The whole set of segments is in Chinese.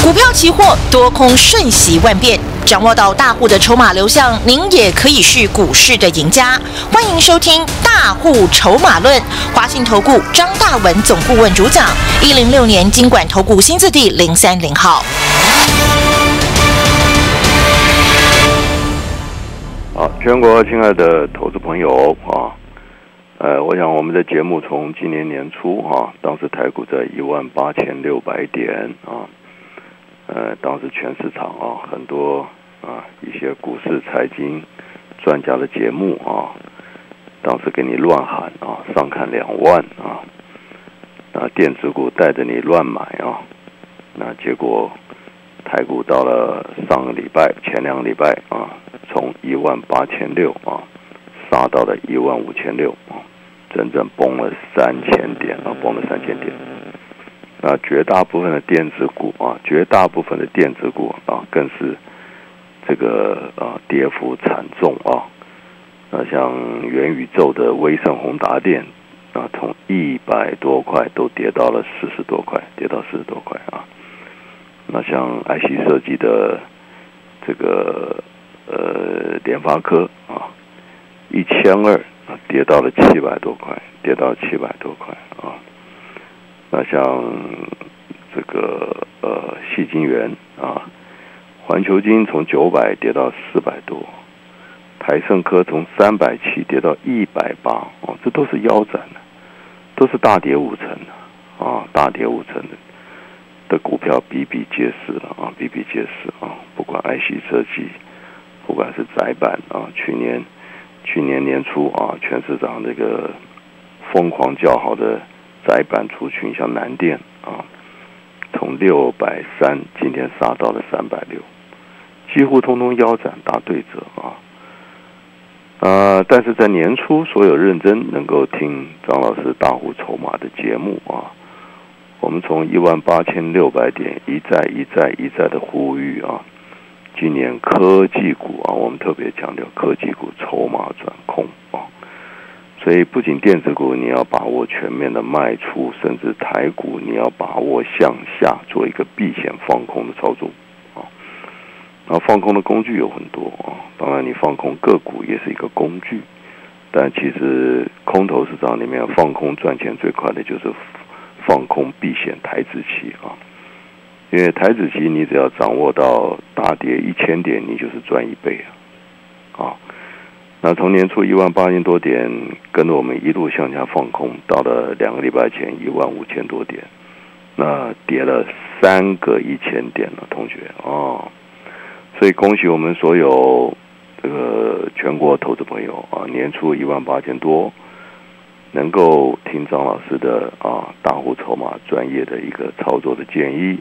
股票期货多空瞬息万变，掌握到大户的筹码流向，您也可以是股市的赢家。欢迎收听《大户筹码论》，华信投顾张大文总顾问主讲，106年金管投顾新字第030号。 好，全国亲爱的投资朋友啊，我想我们的节目从今年年初当时台股在18600点啊。当时全市场很多一些股市财经专家的节目当时给你乱喊上看2万那电子股带着你乱买那结果台股到了上个礼拜前2个礼拜从18600杀到了15600整整崩了3000点崩了3000点。那绝大部分的电子股更是这个跌幅惨重那像元宇宙的威盛宏达电从100多块都跌到了40多块，跌到40多块那像 IC 设计的这个联发科1200跌到了700多块，跌到700多块那像这个矽晶圆环球晶从900跌到400多，台胜科从370跌到180这都是腰斩的，都是大跌50%的大跌50%的股票比比皆是了比比皆是不管 IC 设计，不管是载板去年年初全市场这个疯狂叫好的载板族群，像南电从630今天杀到了360，几乎通通腰斩大对折但是在年初所有认真能够听张老师大户筹码的节目我们从18600点一再的呼吁今年科技股我们特别强调科技股筹码转空所以不仅电子股你要把握全面的卖出，甚至台股你要把握向下做一个避险放空的操作然后放空的工具有很多当然你放空个股也是一个工具，但其实空头市场里面放空赚钱最快的就是放空避险台指期因为台指期你只要掌握到大跌1000点，你就是赚1倍那从年初18000多点跟着我们一路向下放空，到了2个礼拜前15000多点，那跌了3个1000点了，同学所以恭喜我们所有这个全国投资朋友年初18000多能够听张老师的大户筹码专业的一个操作的建议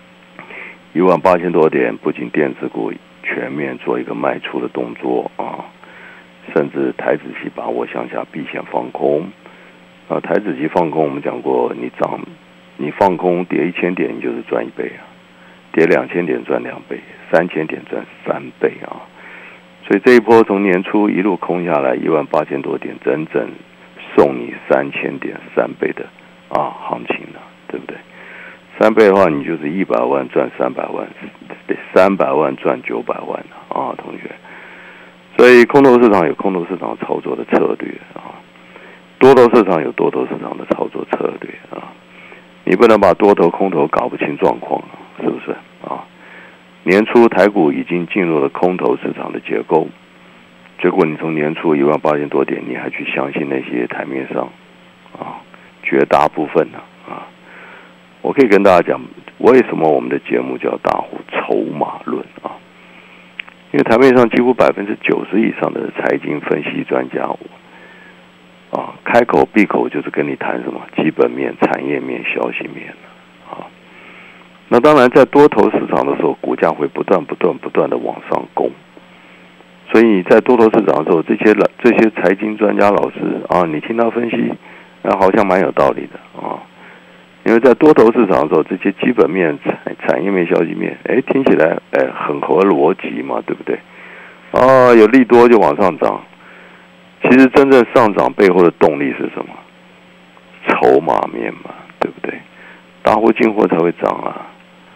，18000多点不仅电子股全面做一个卖出的动作甚至台指期把握向下避险放空台指期放空我们讲过，你放空跌1000点你就是赚1倍跌2000点赚2倍，3000点赚3倍所以这一波从年初一路空下来18000多点，整整送你3000点3倍的行情了，对不对？3倍的话你就是100万赚300万，300万赚900万同学。所以空头市场有空头市场操作的策略多头市场有多头市场的操作策略你不能把多头空头搞不清状况是不是年初台股已经进入了空头市场的结构，结果你从年初18000多点你还去相信那些台面上绝大部分我可以跟大家讲为什么我们的节目叫大户筹码论因为台面上几乎90%以上的财经分析专家开口闭口就是跟你谈什么基本面、产业面、消息面那当然在多头市场的时候股价会不断的往上攻，所以你在多头市场的时候这些财经专家老师你听他分析好像蛮有道理的因为在多头市场的时候这些基本面、产业面、消息面听起来很合逻辑嘛，对不对有利多就往上涨，其实真正上涨背后的动力是什么？筹码面嘛，对不对？大户进货才会涨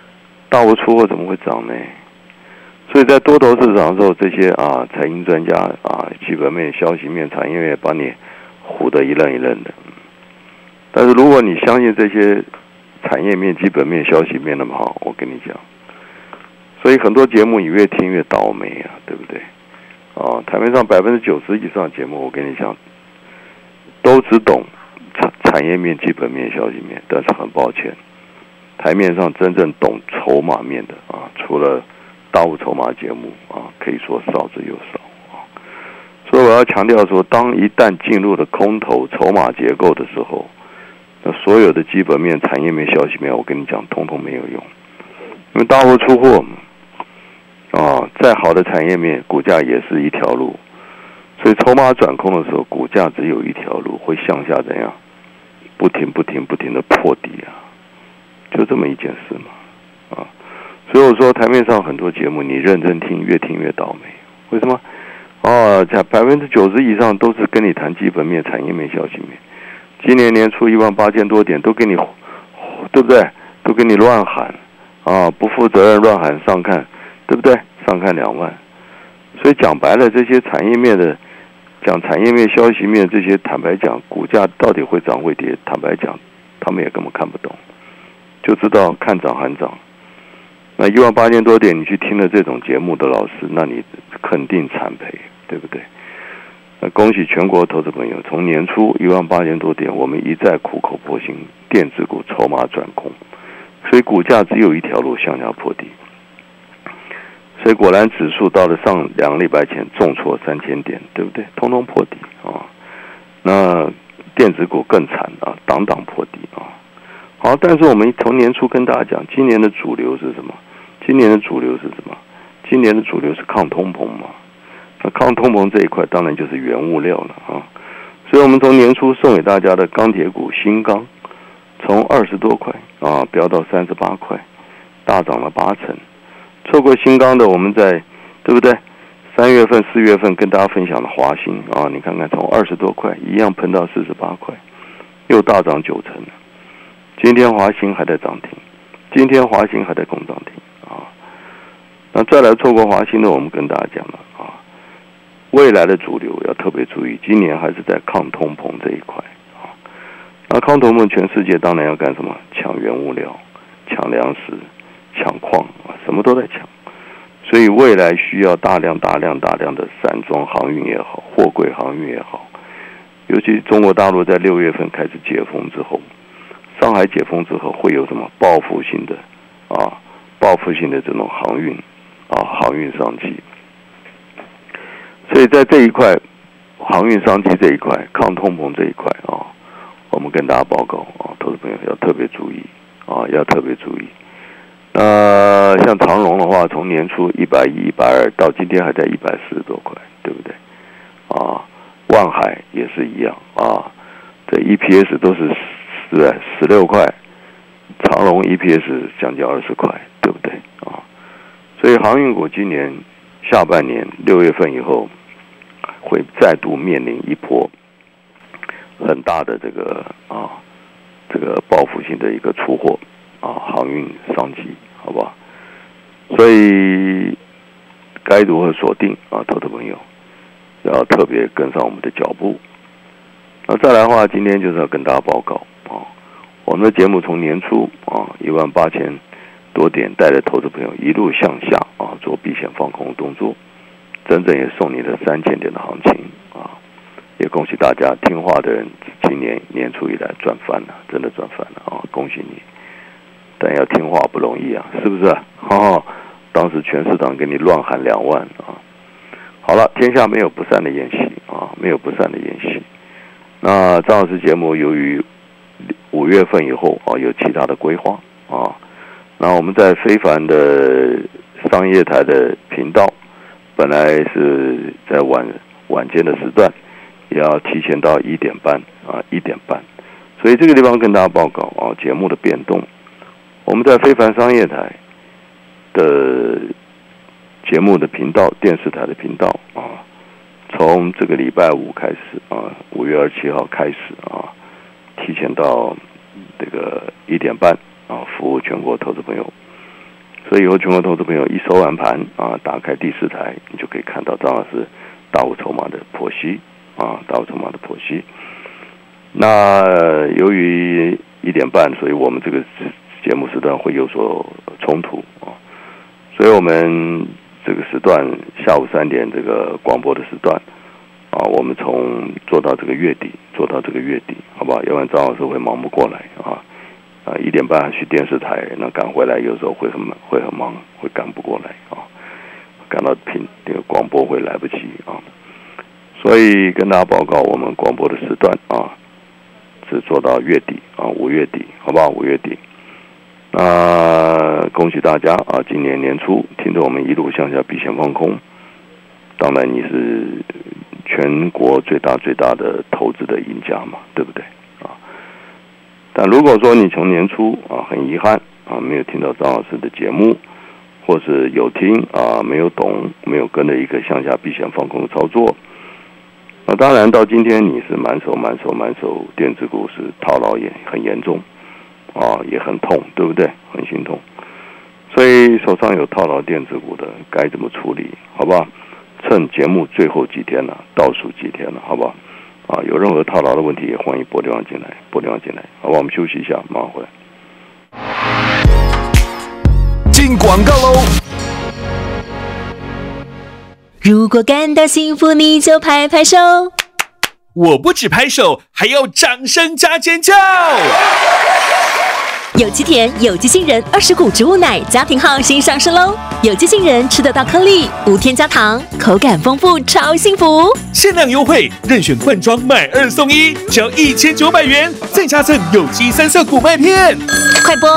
大户出货怎么会涨呢？所以在多头市场的时候，这些财经专家基本面、消息面、产业面把你唬得一愣一愣的。但是如果你相信这些产业面、基本面、消息面那么好，我跟你讲，所以很多节目你越听越倒霉啊，对不对？台面上90%以上的节目，我跟你讲，都只懂产业面、基本面、消息面，但是很抱歉，台面上真正懂筹码面的除了大户筹码节目可以说少之又少所以我要强调说，当一旦进入了空头筹码结构的时候，那所有的基本面、产业面、消息面，我跟你讲，通通没有用，因为大户出货再好的产业面，股价也是一条路，所以筹码转空的时候，股价只有一条路，会向下怎样？不停的破底就这么一件事嘛所以我说台面上很多节目，你认真听，越听越倒霉。为什么？90%以上都是跟你谈基本面、产业面、消息面。今年年初18000多点都给你，对不对？都给你乱喊不负责任乱喊上看，对不对？上看2万。所以讲白了，这些产业面的讲产业面、消息面这些，坦白讲，股价到底会涨会跌，坦白讲，他们也根本看不懂，就知道看涨喊涨。那18000多点，你去听了这种节目的老师，那你肯定惨赔，对不对？那恭喜全国投资朋友，从年初18000多点，我们一再苦口婆心，电子股筹码转空，所以股价只有一条路，向下破底。所以果然指数到了上2个礼拜前重挫3000点，对不对？通通破底那电子股更惨档档破底好，但是我们从年初跟大家讲，今年的主流是什么？今年的主流是抗通膨嘛。那抗通膨这一块当然就是原物料了所以我们从年初送给大家的钢铁股新钢，从20多块飙到38块，大涨了8成。错过新钢的，我们在对不对？3月份、4月份跟大家分享的华兴你看看从20多块一样喷到48块，又大涨9成了。今天华兴还在涨停，今天华兴还在攻涨停那再来错过华兴的，我们跟大家讲了未来的主流要特别注意，今年还是在抗通膨这一块那抗通膨，全世界当然要干什么？抢原物料、抢粮食、抢矿什么都在抢。所以未来需要大量的散装航运也好，货柜航运也好，尤其中国大陆在6月份开始解封之后，上海解封之后会有什么报复性的这种航运商机。所以在这一块航运商机这一块，抗通膨这一块我们跟大家报告投资朋友要特别注意要特别注意。像长荣的话，从年初110、120到今天还在140多块，对不对？万海也是一样这 EPS 都是16块，长荣 EPS 将近20块，对不对所以航运股今年下半年6月份以后，会再度面临一波很大的这个报复性的一个出货航运商机，好不好？所以该如何锁定投资朋友要特别跟上我们的脚步。那再来的话，今天就是要跟大家报告我们的节目从年初18000多点带着投资朋友一路向下做避险放空的动作，整整也送你了3000点的行情也恭喜大家听话的人，今年年初以来赚翻了，真的赚翻了恭喜你！但要听话不容易是不是当时全市场给你乱喊2万好了，天下没有不散的宴席没有不散的宴席。那张老师节目由于5月份以后有其他的规划那我们在非凡的商业台的频道，本来是在晚间的时段，也要提前到1点半所以这个地方跟大家报告节目的变动。我们在非凡商业台的节目的频道，电视台的频道从这个礼拜五开始5月27号开始提前到这个1点半服务全国投资朋友。 所以以后全国投资朋友一收完盘啊，打开第4台，你就可以看到张老师大户筹码的剖析啊，大户筹码的剖析。那由于1点半，所以我们这个节目时段会有所冲突啊，所以我们这个时段下午3点这个广播的时段啊，我们从做到这个月底，好不好？要不然张老师会忙不过来啊。1点半去电视台，那赶回来有时候会很忙，会赶不过来啊，赶到这个广播会来不及啊。所以跟大家报告，我们广播的时段啊，是做到月底啊，5月底，好不好？5月底。恭喜大家啊！今年年初听着我们一路向下避险放空，当然你是全国最大的投资的赢家嘛，对不对啊？但如果说你从年初啊很遗憾啊没有听到张老师的节目，或是有听啊没有懂，没有跟着一个向下避险放空的操作，那当然到今天你是满手电子股是套牢也很严重啊，也很痛，对不对？很心痛。所以手上有套牢电子股的该怎么处理，好不好？趁节目最后几天了，倒数几天了，好不好？啊，有任何套牢的问题也欢迎拨电话进来，好不好？我们休息一下，马上回来。 进广告喽！ 如果感到幸福，你就拍拍手。 我不止拍手，还要掌声加尖叫！ 有机甜、有机杏仁20股植物奶家庭号新上市喽！有机杏仁吃得到颗粒，无添加糖，口感丰富，超幸福！ 限量优惠，任选罐装买2送1，只要1900元，再加赠有机3色谷麦片。 快拨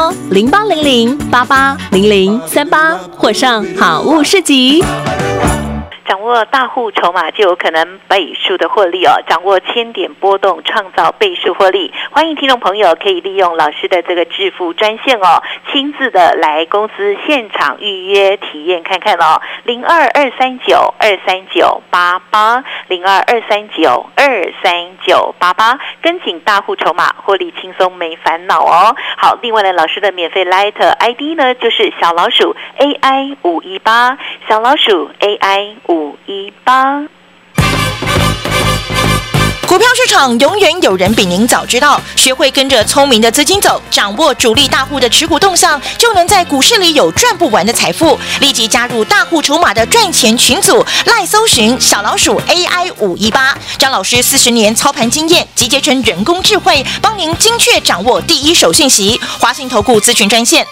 0800880038或上好物市集。 掌握大户筹码就有可能倍数的获利哦，掌握1000点波动创造倍数获利。欢迎听众朋友可以利用老师的这个致富专线哦，亲自的来公司现场预约体验看看哦，0223923988，0223923988，跟紧大户筹码获利轻松没烦恼哦。好，另外呢，老师的免费 Light ID 呢就是小老鼠 AI518，小老鼠 AI518。 股票市场永远有人比您早知道，学会跟着聪明的资金走，掌握主力大户的持股动向，就能在股市里有赚不完的财富。立即加入大户筹码的赚钱群组，赖搜寻小老鼠 AI518，张老师40年操盘经验集结成人工智慧，帮您精确掌握第一手讯息。华信投顾咨询专线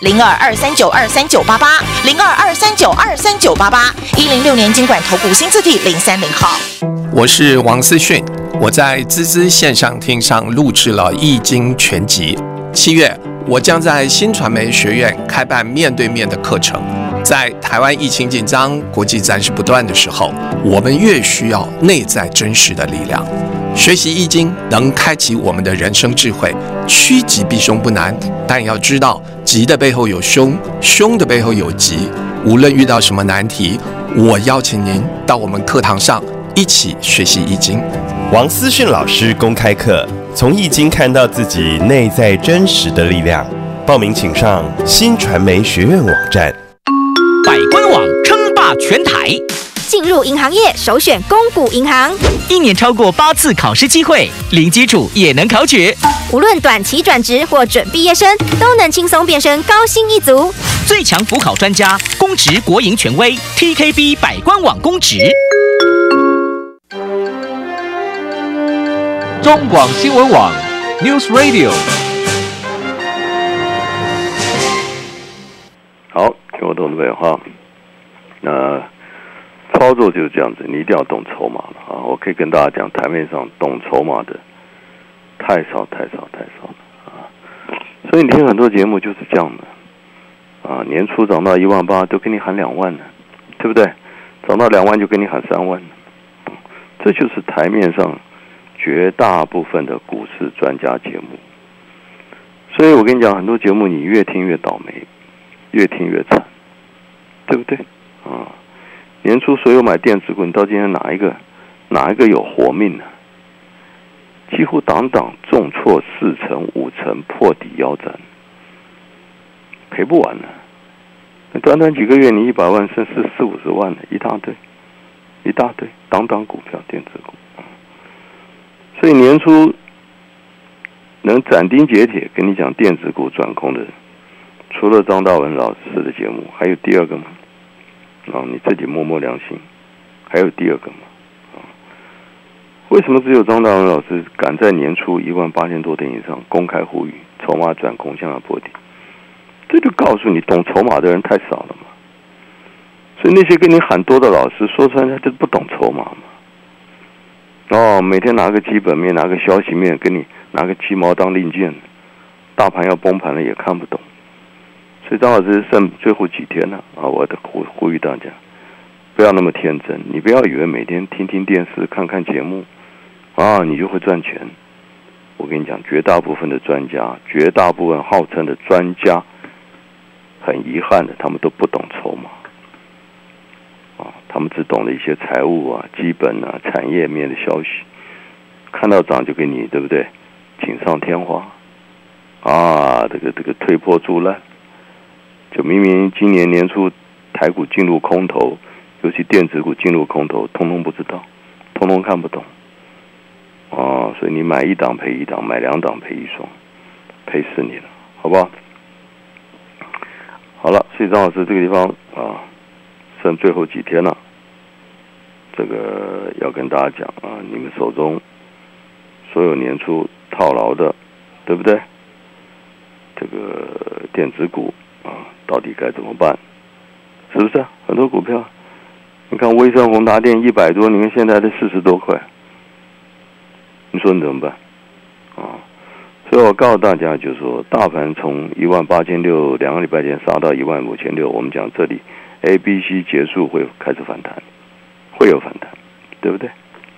0223923988，0223923988，106年金管投顾新字第030号。 我是王思训，我在滋滋线上听上录制了《易经全集》。7月，我将在新传媒学院开办面对面的课程。在台湾疫情紧张、国际战事不断的时候，我们越需要内在真实的力量。学习易经能开启我们的人生智慧，趋吉避凶不难，但要知道吉的背后有凶，凶的背后有吉。无论遇到什么难题，我邀请您到我们课堂上一起学习易经。 王思训老师公开课，从易经看到自己内在真实的力量。报名请上新传媒学院网站。 百官网称霸全台， 进入银行业首选公股银行 ，1年超过8次考试机会，零基础也能考取。 无论短期转职或准毕业生，都能轻松变身高薪一族。 最强辅考专家，公职国营权威 TKB 百官网公职。 中广新闻网 News Radio。 好，听我懂对哈。操作就是这样子，你一定要懂筹码了啊！我可以跟大家讲，台面上懂筹码的太少了啊！所以你听很多节目就是这样的啊，年初涨到18000都跟你喊2万了，对不对？涨到2万就跟你喊3万了，这就是台面上绝大部分的股市专家节目。所以我跟你讲，很多节目你越听越倒霉，越听越惨，对不对啊？年初所有买电子股，你到今天哪一个有活命呢？几乎档重挫4成5成，破底腰斩，赔不完了短短几个月，你100万甚至40-50万的一大堆，档股票，电子股。所以年初能斩钉截铁跟你讲电子股转空的人，除了张大文老师的节目，还有第二个吗？你自己摸摸良心，还有第二个吗？为什么只有张大文老师敢在年初18000多点以上公开呼吁筹码转空向下破底？这就告诉你，懂筹码的人太少了嘛。所以那些跟你喊多的老师，说穿他就不懂筹码嘛。每天拿个基本面，拿个消息面，跟你拿个鸡毛当令箭，大盘要崩盘了也看不懂。所以张老师剩最后几天了我的呼吁大家，不要那么天真，你不要以为每天听听电视、看看节目你就会赚钱。我跟你讲，绝大部分的专家，绝大部分号称的专家，很遗憾的，他们都不懂筹码他们只懂了一些财务基本产业面的消息，看到涨就给你，对不对？锦上添花这个推波助澜。就明明今年年初台股进入空头，尤其电子股进入空头，通通不知道，通通看不懂所以你买一档赔一档，买2档赔1双，赔死你了，好不好？好了，所以张老师这个地方剩最后几天了，这个要跟大家讲你们手中所有年初套牢的，对不对？这个电子股到底该怎么办？是不是很多股票，你看威盛、宏达电100多，你看现在的40多块，你说你怎么办所以我告诉大家，就是说大盘从18600，2个礼拜前杀到15600，我们讲这里 A、B、C 结束会开始反弹，会有反弹，对不对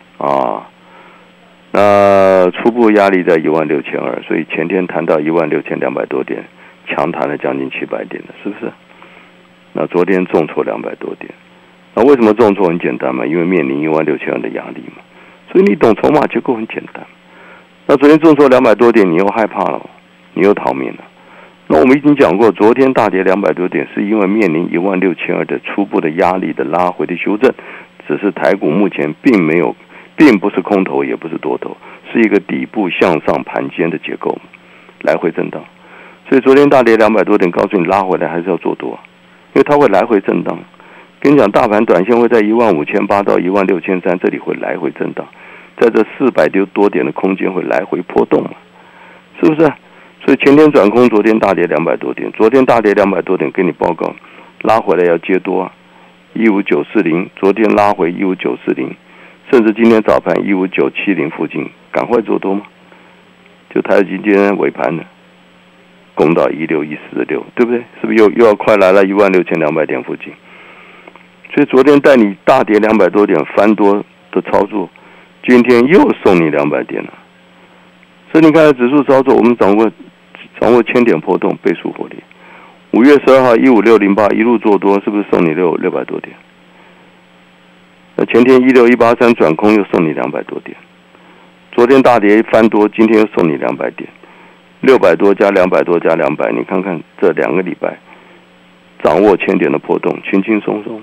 那初步压力在16200，所以前天谈到16200多点，强弹了将近700点了，是不是？那昨天重挫200多点，那为什么重挫？很简单嘛，因为面临16200的压力嘛，所以你懂筹码结构很简单。那昨天重挫200多点，你又害怕了，你又逃命了。那我们已经讲过，昨天大跌200多点，是因为面临16200的初步的压力的拉回的修正，只是台股目前并不是空头，也不是多头，是一个底部向上盘间的结构，来回震荡。所以昨天大跌200多点，告诉你拉回来还是要做多因为它会来回震荡。跟你讲，大盘短线会在15800到16300这里会来回震荡，在这400多点的空间会来回波动是不是？所以前天转空，昨天大跌200多点，昨天大跌200多点，跟你报告拉回来要接多15940，昨天拉回15940，甚至今天早盘15970附近，赶快做多吗？就台积电尾盘的攻到16146，对不对？是不是又要快来了16200点附近？所以昨天带你大跌200多点翻多的操作，今天又送你200点了。所以你看指数操作，我们掌握1000点波动，倍数获利。5月12号15608一路做多，是不是送你600多点？那前天16183转空又送你200多点，昨天大跌翻多，今天又送你200点，600多加200多加200，你看看这2个礼拜掌握1000点的波动，轻轻松松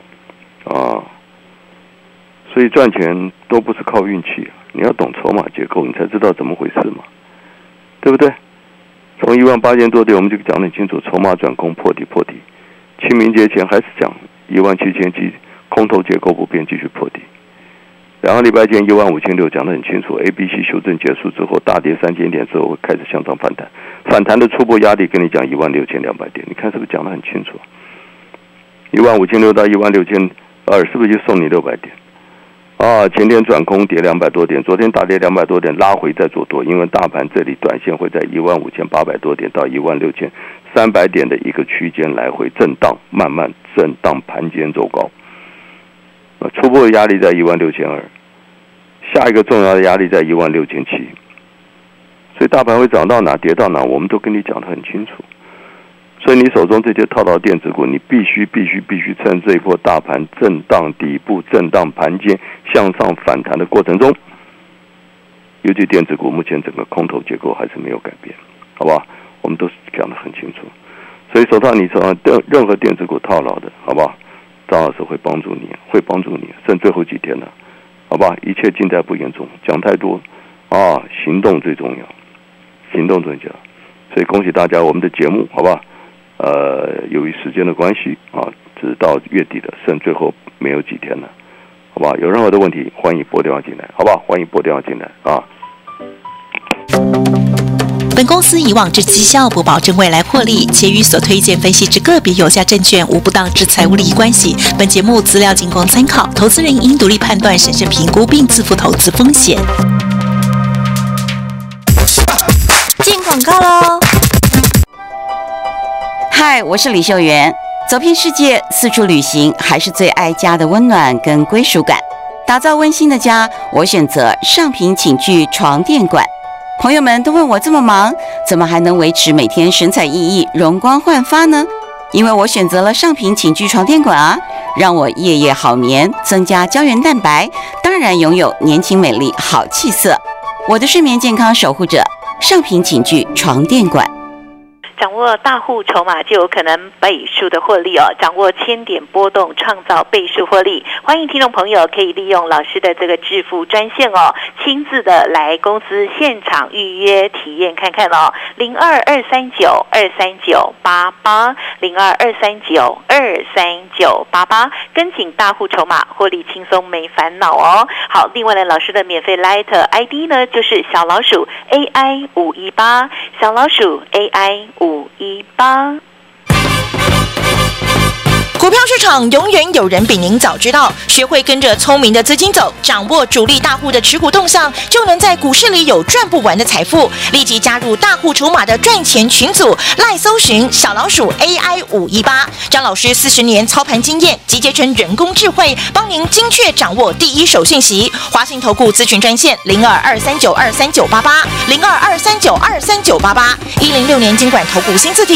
所以赚钱都不是靠运气你要懂筹码结构，你才知道怎么回事嘛，对不对？从18000多点我们就讲得很清楚，筹码转空破底，清明节前还是讲17000空头结构不变，继续破底。2个礼拜前15600讲得很清楚 ，A、B、C 修正结束之后，大跌3000点之后会开始向上反弹，反弹的初步压力跟你讲16200点，你看是不是讲得很清楚？15600到16200，是不是就送你600点？前天转空跌200多点，昨天大跌200多点，拉回再做多，因为大盘这里短线会在15800多点到16300点的一个区间来回震荡，慢慢震荡盘间走高。初步的压力在16200，下一个重要的压力在16700，所以大盘会涨到哪跌到哪，我们都跟你讲得很清楚。所以你手中这些套牢电子股，你必须趁这一波大盘震荡底部震荡盘间向上反弹的过程中，尤其电子股目前整个空头结构还是没有改变，好不好？我们都讲得很清楚。 所以你手上任何电子股套牢的，好不好？张老师会帮助你，剩最后几天了，好吧？一切尽在不言中，讲太多啊，行动最重要，所以恭喜大家，我们的节目，好吧？由于时间的关系啊，直到月底的，剩最后没有几天了，好吧？有任何的问题，欢迎拨电话进来，好不好？欢迎拨电话进来啊。 本公司以往之绩效不保证未来获利，且与所推荐分析之个别有价证券无不当之财务利益关系。本节目资料仅供参考，投资人应独立判断、审慎评估并自负投资风险。 进广告喽！嗨，我是李秀媛。走遍世界，四处旅行，还是最爱家的温暖跟归属感。打造温馨的家，我选择上品寝具床垫馆。朋友们都问我这么忙，怎么还能维持每天神采奕奕、容光焕发呢？因为我选择了上品寝具床垫馆啊，让我夜夜好眠，增加胶原蛋白，当然拥有年轻美丽好气色。我的睡眠健康守护者，上品寝具床垫馆。 掌握大户筹码就有可能倍数的获利哦，掌握千点波动创造倍数获利。欢迎听众朋友可以利用老师的这个致富专线哦，亲自的来公司现场预约体验看看哦，02-239-23988 02-239-23988，跟紧大户筹码，获利轻松没烦恼哦。好，另外呢，老师的免费 Light ID 呢就是小老鼠 AI518，小老鼠 AI518。 股票市场永远有人比您早知道，学会跟着聪明的资金走，掌握主力大户的持股动向，就能在股市里有赚不完的财富。立即加入大户筹码的赚钱群组，赖搜寻小老鼠 AI518，张老师40年操盘经验集结成人工智慧，帮您精确掌握第一手讯息。华信投顾咨询专线02-239-23988 02-239-23988，106年金管投顾新字第